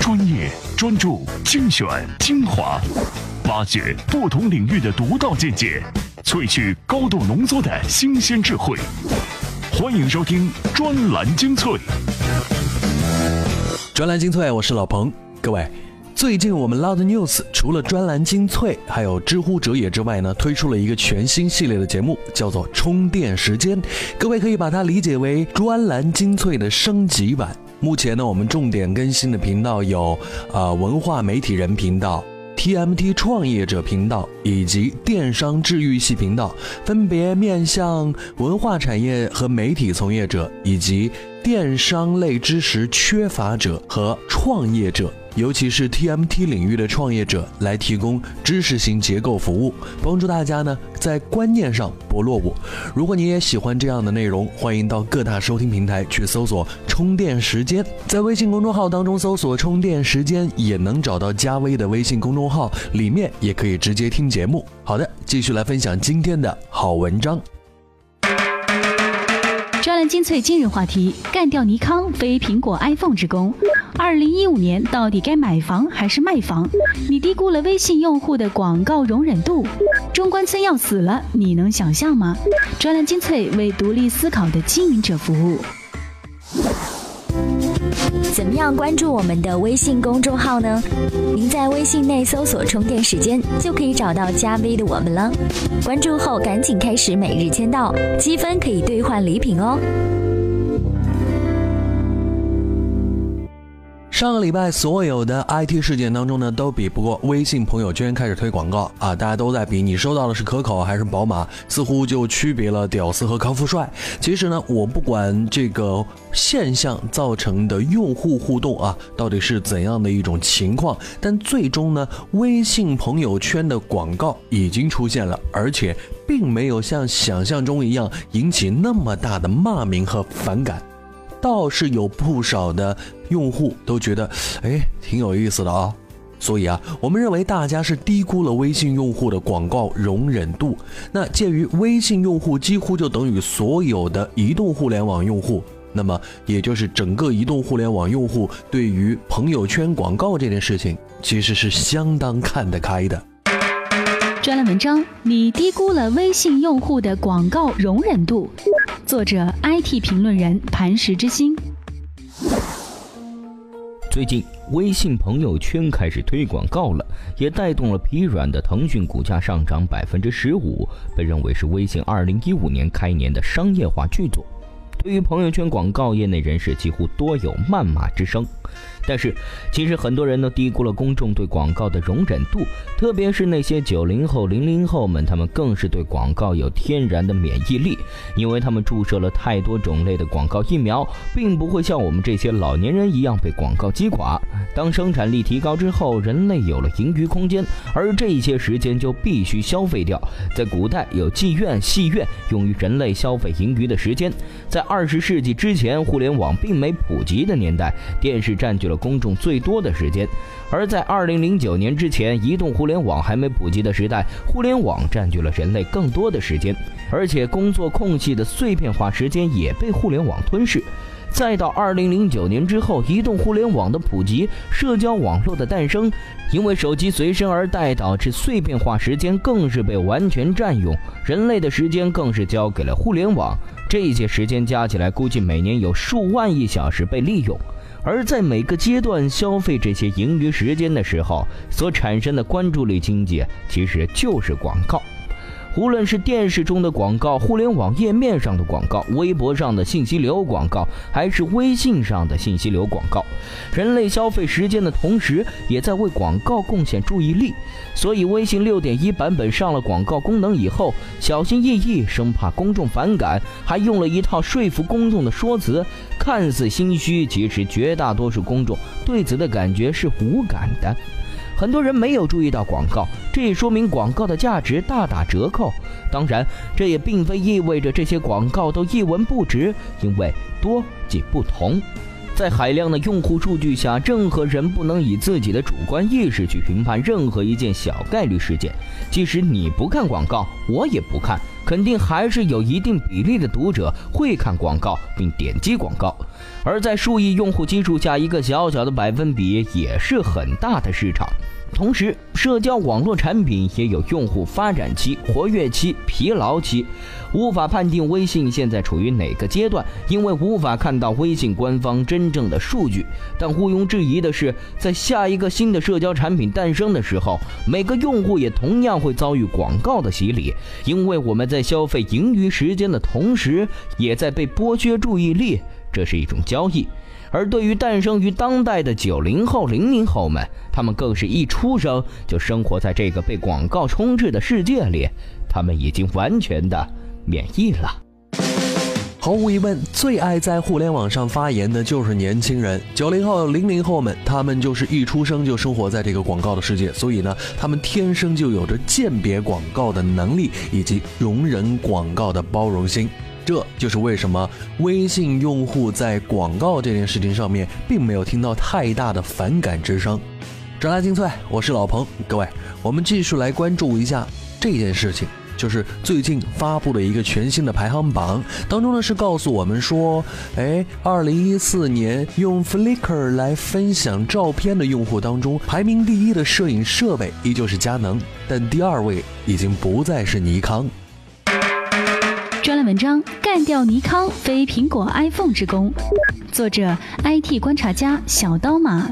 专业、专注、精选、精华，挖掘不同领域的独到见解，萃取高度浓缩的新鲜智慧。欢迎收听专栏精粹。 专栏精粹，我是老彭。各位，最近我们 Loud News 除了专栏精粹，还有知乎者也之外呢，推出了一个全新系列的节目，叫做充电时间。各位可以把它理解为专栏精粹的升级版。目前呢，我们重点更新的频道有文化媒体人频道、TMT 创业者频道以及电商治愈系频道，分别面向文化产业和媒体从业者，以及电商类知识缺乏者和创业者，尤其是 TMT 领域的创业者，来提供知识型结构服务，帮助大家呢在观念上不落伍。如果你也喜欢这样的内容，欢迎到各大收听平台去搜索充电时间，在微信公众号当中搜索充电时间，也能找到加微的微信公众号，里面也可以直接听节目。好的，继续来分享今天的好文章。 专栏精粹今日话题：干掉尼康非苹果 iPhone 之功。2015年到底该买房还是卖房？你低估了微信用户的广告容忍度。中关村要死了，你能想象吗？专栏精粹为独立思考的经营者服务。 怎么样关注我们的微信公众号呢？您在微信内搜索充电时间，就可以找到加微的我们了。关注后赶紧开始每日签到，积分可以兑换礼品哦。 上个礼拜所有的 IT 事件当中呢，都比不过微信朋友圈开始推广告啊！大家都在比你收到的是可口还是宝马，似乎就区别了屌丝和康富帅。其实呢，我不管这个现象造成的用户互动啊，到底是怎样的一种情况，但最终呢，微信朋友圈的广告已经出现了，而且并没有像想象中一样引起那么大的骂名和反感。倒是有不少的用户都觉得挺有意思的啊。所以我们认为大家是低估了微信用户的广告容忍度。那介于微信用户几乎就等于所有的移动互联网用户，那么也就是整个移动互联网用户对于朋友圈广告这件事情其实是相当看得开的。 专栏文章：你低估了微信用户的广告容忍度。作者 IT 评论人磐石之心。 最近微信朋友圈开始推广告了，也带动了疲软的腾讯股价上涨 15%， 被认为是微信2015年开年的商业化巨作。对于朋友圈广告，业内人士几乎多有谩骂之声。但是其实很多人都低估了公众对广告的容忍度，特别是那些90后、00后们，他们更是对广告有天然的免疫力，因为他们注射了太多种类的广告疫苗，并不会像我们这些老年人一样被广告击垮。当生产力提高之后，人类有了盈余空间，而这些时间就必须消费掉。在古代有妓院、戏院用于人类消费盈余的时间。在20世纪之前，互联网并没普及的年代，电视占据了公众最多的时间。而在2009年之前，移动互联网还没普及的时代，互联网占据了人类更多的时间，而且工作空隙的碎片化时间也被互联网吞噬。再到2009年之后，移动互联网的普及，社交网络的诞生，因为手机随身而带，导致碎片化时间更是被完全占用，人类的时间更是交给了互联网。这些时间加起来，估计每年有数万亿小时被利用。而在每个阶段消费这些盈余时间的时候，所产生的关注力经济其实就是广告。无论是电视中的广告、互联网页面上的广告、微博上的信息流广告，还是微信上的信息流广告，人类消费时间的同时，也在为广告贡献注意力。所以微信 6.1 版本上了广告功能以后，小心翼翼，生怕公众反感，还用了一套说服公众的说辞，看似心虚，其实绝大多数公众对此的感觉是无感的。很多人没有注意到广告，这也说明广告的价值大打折扣。当然，这也并非意味着这些广告都一文不值，因为多即不同。在海量的用户数据下，任何人不能以自己的主观意识去评判任何一件小概率事件。即使你不看广告，我也不看，肯定还是有一定比例的读者会看广告并点击广告。 而在数亿用户基础下，一个小小的百分比也是很大的市场。同时，社交网络产品也有用户发展期、活跃期、疲劳期，无法判定微信现在处于哪个阶段，因为无法看到微信官方真正的数据。但毋庸置疑的是，在下一个新的社交产品诞生的时候，每个用户也同样会遭遇广告的洗礼，因为我们在消费盈余时间的同时，也在被剥削注意力，这是一种交易。而对于诞生于当代的90后、00后们，他们更是一出生就生活在这个被广告充斥的世界里，他们已经完全的免疫了。 毫无疑问，最爱在互联网上发言的就是年轻人，90后、00后们，他们就是一出生就生活在这个广告的世界，所以呢，他们天生就有着鉴别广告的能力，以及容忍广告的包容心。这就是为什么微信用户在广告这件事情上面并没有听到太大的反感之声。专栏精粹，我是老彭，各位，我们继续来关注一下这件事情，就是最近发布了一个全新的排行榜，当中呢是告诉我们说，2014年用 Flickr 来分享照片的用户当中，排名第一的摄影设备依旧是佳能，但第二位已经不再是尼康。 专栏文章干掉尼康非苹果 iPhone 之功，作者 IT 观察家小刀马。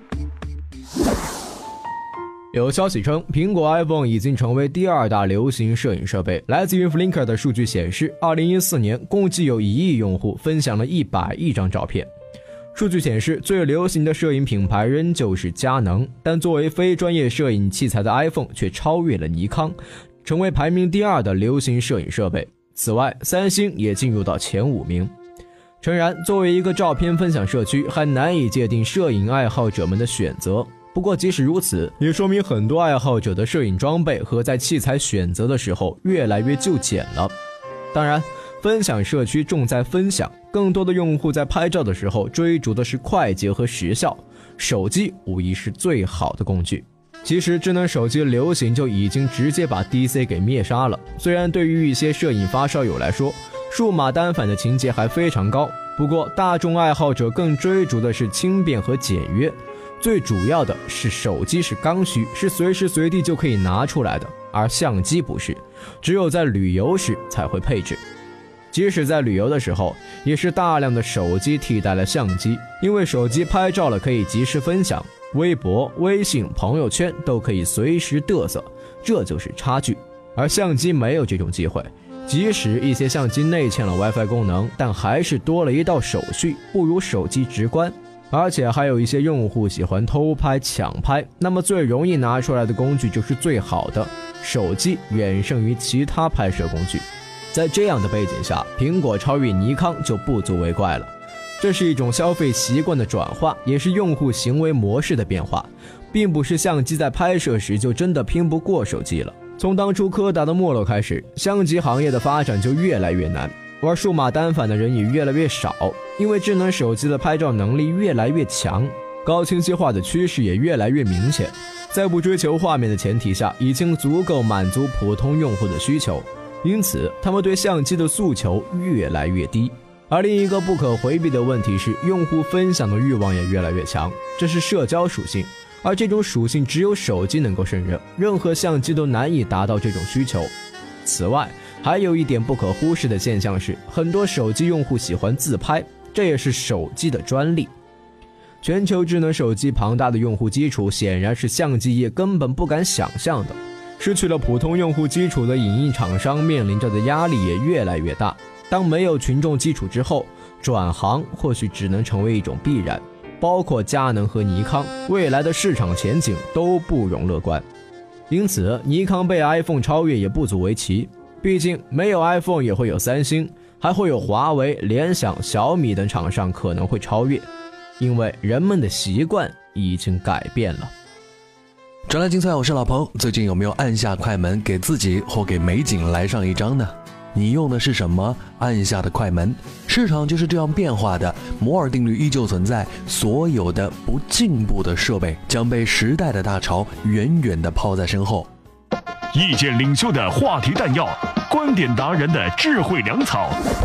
有消息称，苹果 iPhone 已经成为第二大流行摄影设备。来自于 Flickr 的数据显示，2014年共计有1亿用户分享了100亿张照片。数据显示，最流行的摄影品牌仍旧是佳能，但作为非专业摄影器材的 iPhone 却超越了尼康，成为排名第2的流行摄影设备。此外，三星也进入到前5名。诚然，作为一个照片分享社区，还难以界定摄影爱好者们的选择。不过即使如此，也说明很多爱好者的摄影装备和在器材选择的时候越来越就简了。当然，分享社区重在分享，更多的用户在拍照的时候追逐的是快捷和时效，手机无疑是最好的工具。其实智能手机流行就已经直接把 DC 给灭杀了。虽然对于一些摄影发烧友来说，数码单反的情节还非常高，不过大众爱好者更追逐的是轻便和简约。最主要的是手机是刚需，是随时随地就可以拿出来的，而相机不是，只有在旅游时才会配置。即使在旅游的时候，也是大量的手机替代了相机，因为手机拍照了可以及时分享，微博、微信、朋友圈都可以随时嘚瑟，这就是差距。而相机没有这种机会，即使一些相机内嵌了 WiFi 功能，但还是多了一道手续，不如手机直观。而且还有一些用户喜欢偷拍、抢拍，那么最容易拿出来的工具就是最好的手机，远胜于其他拍摄工具。在这样的背景下，苹果超越尼康就不足为怪了。这是一种消费习惯的转化，也是用户行为模式的变化，并不是相机在拍摄时就真的拼不过手机了。从当初柯达的没落开始，相机行业的发展就越来越难，玩数码单反的人也越来越少，因为智能手机的拍照能力越来越强，高清晰化的趋势也越来越明显。在不追求画面的前提下，已经足够满足普通用户的需求，因此他们对相机的诉求越来越低。而另一个不可回避的问题是，用户分享的欲望也越来越强，这是社交属性，而这种属性只有手机能够胜任，任何相机都难以达到这种需求。此外，还有一点不可忽视的现象是，很多手机用户喜欢自拍，这也是手机的专利。全球智能手机庞大的用户基础显然是相机业根本不敢想象的，失去了普通用户基础的影音厂商面临着的压力也越来越大。当没有群众基础之后，转行或许只能成为一种必然，包括佳能和尼康未来的市场前景都不容乐观。因此尼康被 iPhone 超越也不足为奇，毕竟没有 iPhone 也会有三星，还会有华为、联想、小米等厂商可能会超越，因为人们的习惯已经改变了。 专栏精彩，我是老彭。最近有没有按下快门给自己或给美景来上一张呢？你用的是什么按下的快门？市场就是这样变化的，摩尔定律依旧存在，所有的不进步的设备将被时代的大潮远远地抛在身后。 意见领袖的话题弹药，观点达人的智慧粮草，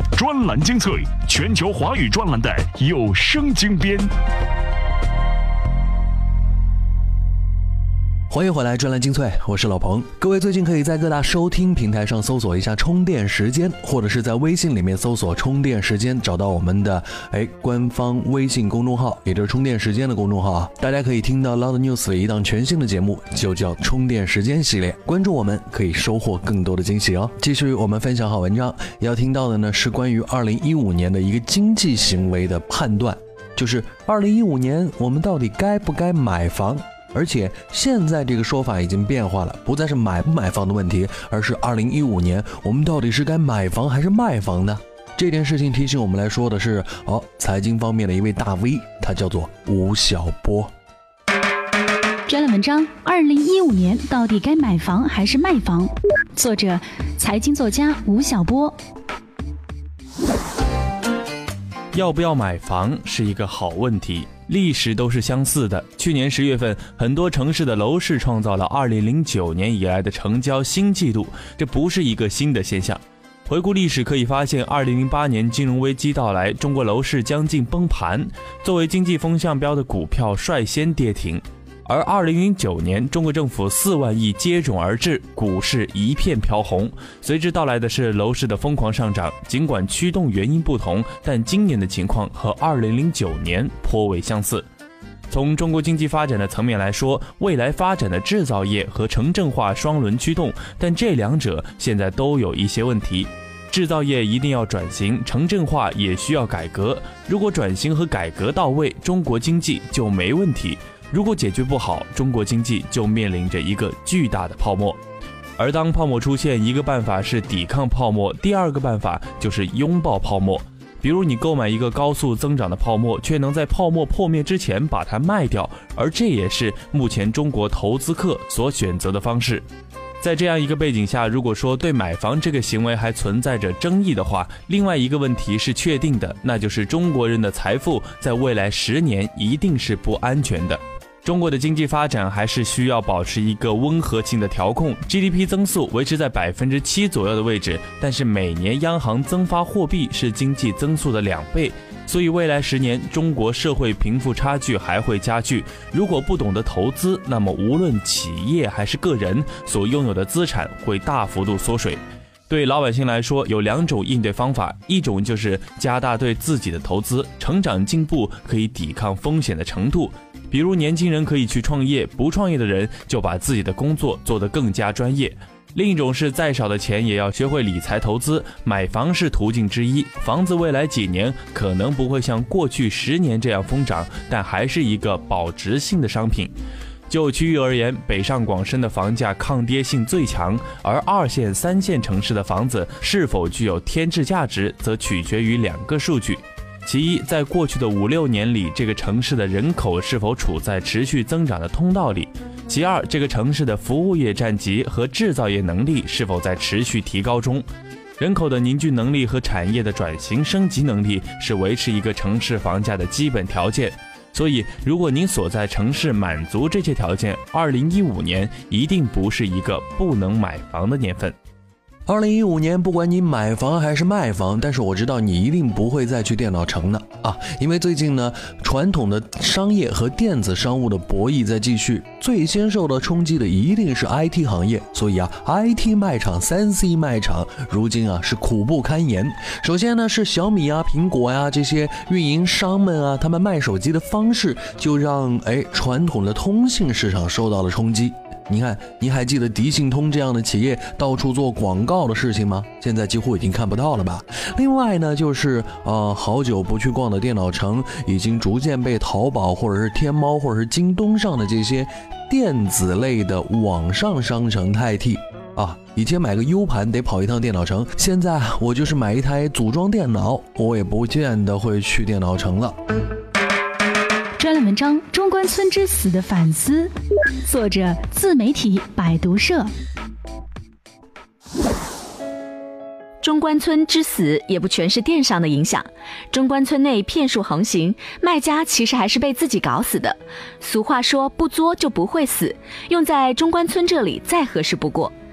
专栏精粹，全球华语专栏的有声精编。 欢迎回来，专栏精粹，我是老彭。各位最近可以在各大收听平台上搜索一下充电时间，或者是在微信里面搜索充电时间，找到我们的官方微信公众号，也就是充电时间的公众号啊。大家可以听到 Loud News 的一档全新的节目，就叫充电时间系列，关注我们可以收获更多的惊喜哦。继续我们分享好文章，要听到的呢是关于2015年的一个经济行为的判断，就是2015年我们到底该不该买房。而且现在这个说法已经变化了，不再是买不买房的问题，而是2015年我们到底是该买房还是卖房呢？这件事情提醒我们来说的是财经方面的一位大 V， 他叫做吴晓波。 专栏文章2015年到底该买房还是卖房，作者财经作家吴晓波。 要不要买房是一个好问题，历史都是相似的。去年10月份，很多城市的楼市创造了2009年以来的成交新纪录，这不是一个新的现象。回顾历史可以发现，2008年金融危机到来，中国楼市将近崩盘，作为经济风向标的股票率先跌停。而2009年，中国政府4万亿接踵而至，股市一片飘红，随之到来的是楼市的疯狂上涨。尽管驱动原因不同，但今年的情况和2009年颇为相似。从中国经济发展的层面来说，未来发展的制造业和城镇化双轮驱动，但这两者现在都有一些问题。制造业一定要转型，城镇化也需要改革。如果转型和改革到位，中国经济就没问题。如果解决不好，中国经济就面临着一个巨大的泡沫。而当泡沫出现，一个办法是抵抗泡沫，第二个办法就是拥抱泡沫。比如你购买一个高速增长的泡沫，却能在泡沫破灭之前把它卖掉，而这也是目前中国投资客所选择的方式。在这样一个背景下，如果说对买房这个行为还存在着争议的话，另外一个问题是确定的，那就是中国人的财富在未来10年一定是不安全的。中国的经济发展还是需要保持一个温和性的调控， GDP 增速维持在7%左右的位置，但是每年央行增发货币是经济增速的2倍，所以未来10年中国社会贫富差距还会加剧。如果不懂得投资，那么无论企业还是个人所拥有的资产会大幅度缩水。对老百姓来说，有2种应对方法，一种就是加大对自己的投资，成长进步可以抵抗风险的程度。比如年轻人可以去创业，不创业的人就把自己的工作做得更加专业。另一种是再少的钱也要学会理财投资，买房是途径之一。房子未来几年可能不会像过去10年这样疯涨，但还是一个保值性的商品。就区域而言，北上广深的房价抗跌性最强，而2线、3线城市的房子是否具有添置价值，则取决于2个数据。其一，在过去的5-6年里，这个城市的人口是否处在持续增长的通道里；其二，这个城市的服务业占比和制造业能力是否在持续提高中。人口的凝聚能力和产业的转型升级能力是维持一个城市房价的基本条件。所以，如果您所在城市满足这些条件，2015年一定不是一个不能买房的年份。 2015年，不管你买房还是卖房，但是我知道你一定不会再去电脑城了啊，因为最近呢，传统的商业和电子商务的博弈在继续，最先受到冲击的一定是 IT 行业，所以IT 卖场、3C 卖场如今是苦不堪言。首先呢，是小米苹果这些运营商们他们卖手机的方式就让传统的通信市场受到了冲击。你看，你还记得迪信通这样的企业到处做广告的事情吗？现在几乎已经看不到了吧。另外呢，就是好久不去逛的电脑城已经逐渐被淘宝或者是天猫或者是京东上的这些电子类的网上商城代替。以前买个 U 盘得跑一趟电脑城，现在我就是买一台组装电脑，我也不见得会去电脑城了。 专栏文章《中关村之死的反思》，作者自媒体百读社。 中关村之死也不全是电商的影响，中关村内骗术横行，卖家其实还是被自己搞死的。俗话说不作就不会死，用在中关村这里再合适不过。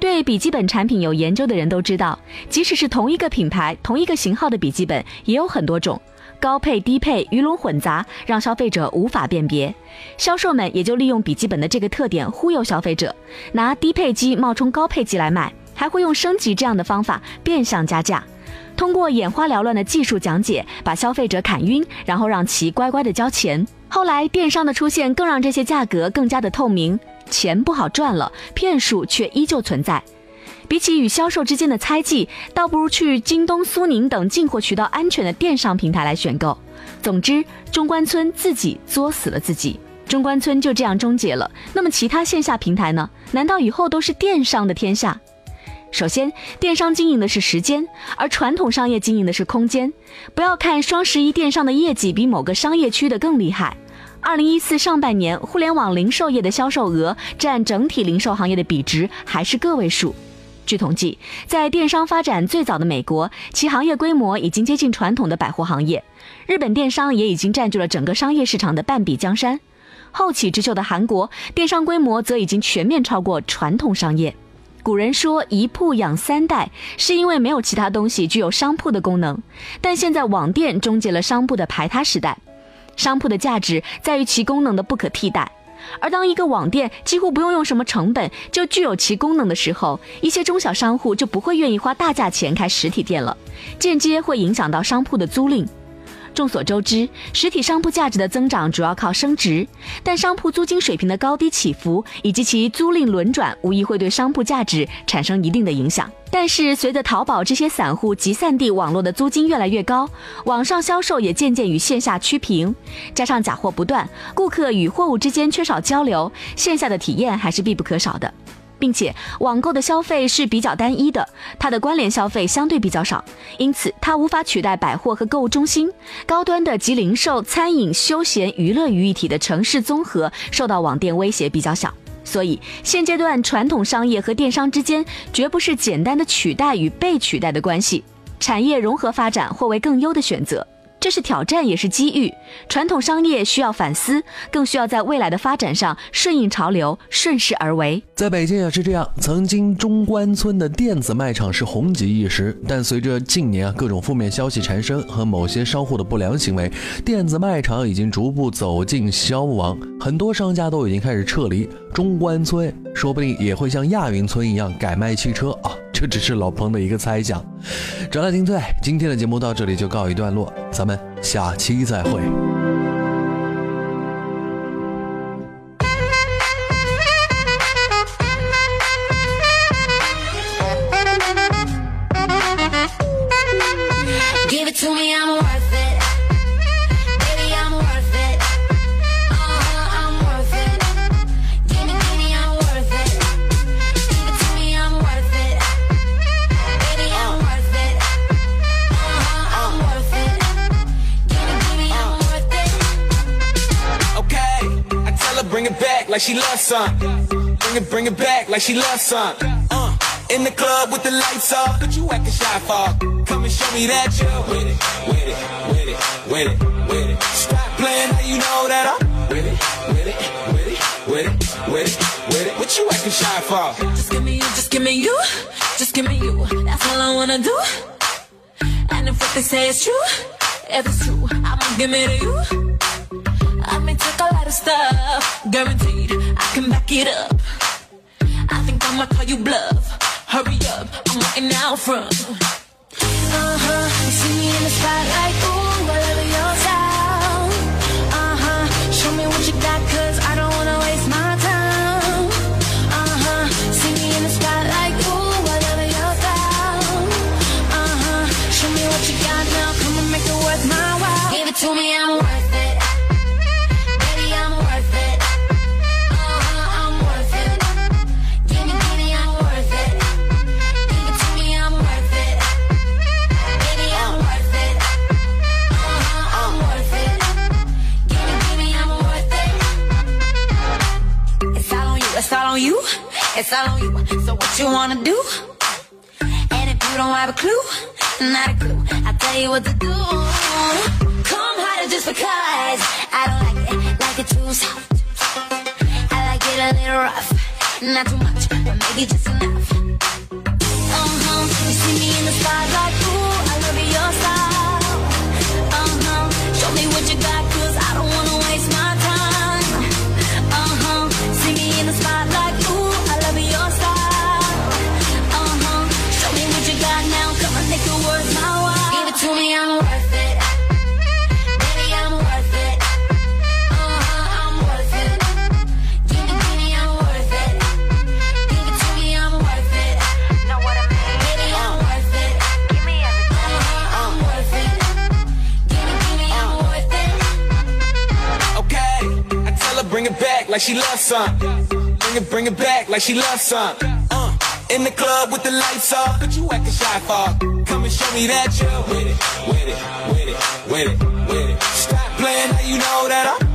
对笔记本产品有研究的人都知道，即使是同一个品牌、同一个型号的笔记本，也有很多种，高配、低配、鱼龙混杂，让消费者无法辨别。销售们也就利用笔记本的这个特点忽悠消费者，拿低配机冒充高配机来卖，还会用升级这样的方法变相加价。通过眼花缭乱的技术讲解，把消费者砍晕，然后让其乖乖的交钱。后来电商的出现更让这些价格更加的透明，钱不好赚了，骗术却依旧存在。比起与销售之间的猜忌，倒不如去京东、苏宁等进货渠道安全的电商平台来选购。总之，中关村自己作死了自己，中关村就这样终结了。那么其他线下平台呢？难道以后都是电商的天下？首先，电商经营的是时间，而传统商业经营的是空间。不要看双11电商的业绩比某个商业区的更厉害。2014上半年，互联网零售业的销售额占整体零售行业的比值还是个位数。据统计，在电商发展最早的美国，其行业规模已经接近传统的百货行业。日本电商也已经占据了整个商业市场的半壁江山。后起之秀的韩国，电商规模则已经全面超过传统商业。古人说一铺养3代，是因为没有其他东西具有商铺的功能，但现在网店终结了商铺的排他时代。商铺的价值在于其功能的不可替代，而当一个网店几乎不用什么成本就具有其功能的时候，一些中小商户就不会愿意花大价钱开实体店了，间接会影响到商铺的租赁。众所周知，实体商铺价值的增长主要靠升值，但商铺租金水平的高低起伏以及其租赁轮转，无疑会对商铺价值产生一定的影响。但是随着淘宝这些散户集散地网络的租金越来越高，网上销售也渐渐与线下趋平，加上假货不断，顾客与货物之间缺少交流，线下的体验还是必不可少的。并且网购的消费是比较单一的，它的关联消费相对比较少，因此它无法取代百货和购物中心。高端的集零售、餐饮、休闲、娱乐于一体的城市综合受到网店威胁比较小。所以现阶段传统商业和电商之间绝不是简单的取代与被取代的关系，产业融合发展或为更优的选择。这是挑战，也是机遇。传统商业需要反思，更需要在未来的发展上顺应潮流，顺势而为。 在北京也是这样，曾经中关村的电子卖场是红极一时，但随着近年各种负面消息缠身和某些商户的不良行为，电子卖场已经逐步走进消亡，很多商家都已经开始撤离。中关村说不定也会像亚运村一样改卖汽车啊，这只是老彭的一个猜想。转来听最，今天的节目到这里就告一段落，咱们下期再会。 Give it to me, I'm worth it. Baby, I'm worth it. I'm worth it. Give me, I'm worth it. Give it to me, I'm worth it. Baby, I'm worth it. I'm worth it. Give me, I'm worth it. Okay, I tell her bring it back like she loves some. Bring it back like she loves some. In the club with the lights off, but you acting shy for. Come and show me that you're with it, with it, with it, with it, with it. Stop playing, now you know that I'm with it, with it, with it, with it, with it, with it. What you acting shy for? Just give me you, just give me you, just give me you. That's all I wanna do. And if what they say is true, if it's true, I'ma give it to you. I may take a lot of stuff, guaranteed I can back it up. I think I'ma call you bluff. Hurry up, I'm waiting out front. You see me in the spotlight, ooh, I love your style. Show me what you got, cause I don't wanna waste my time. See me in the spotlight, ooh, I love your style. Show me what you got now, come and make it worth my while. Give it to me, I'm worth it. Baby, I'm worth it. I'm worth it. Give me, I'm worth it. Give it to me, I'm worth it. Baby, I'm worth it. I'm worth it. Give me, I'm worth it. It's all on you, it's all on you, it's all on you. So what you wanna do? And if you don't have a clue, not a clue, I'll tell you what to do. Come harder just because I don't like it too soft. I like it a little rough, not too much, but maybe just enough. back like she loves some. Bring it back like she loves some. In the club with the lights off, but you acting shy for. Come and show me that you're with it, with it, with it, with it, with it. Stop playing, now you know that I'm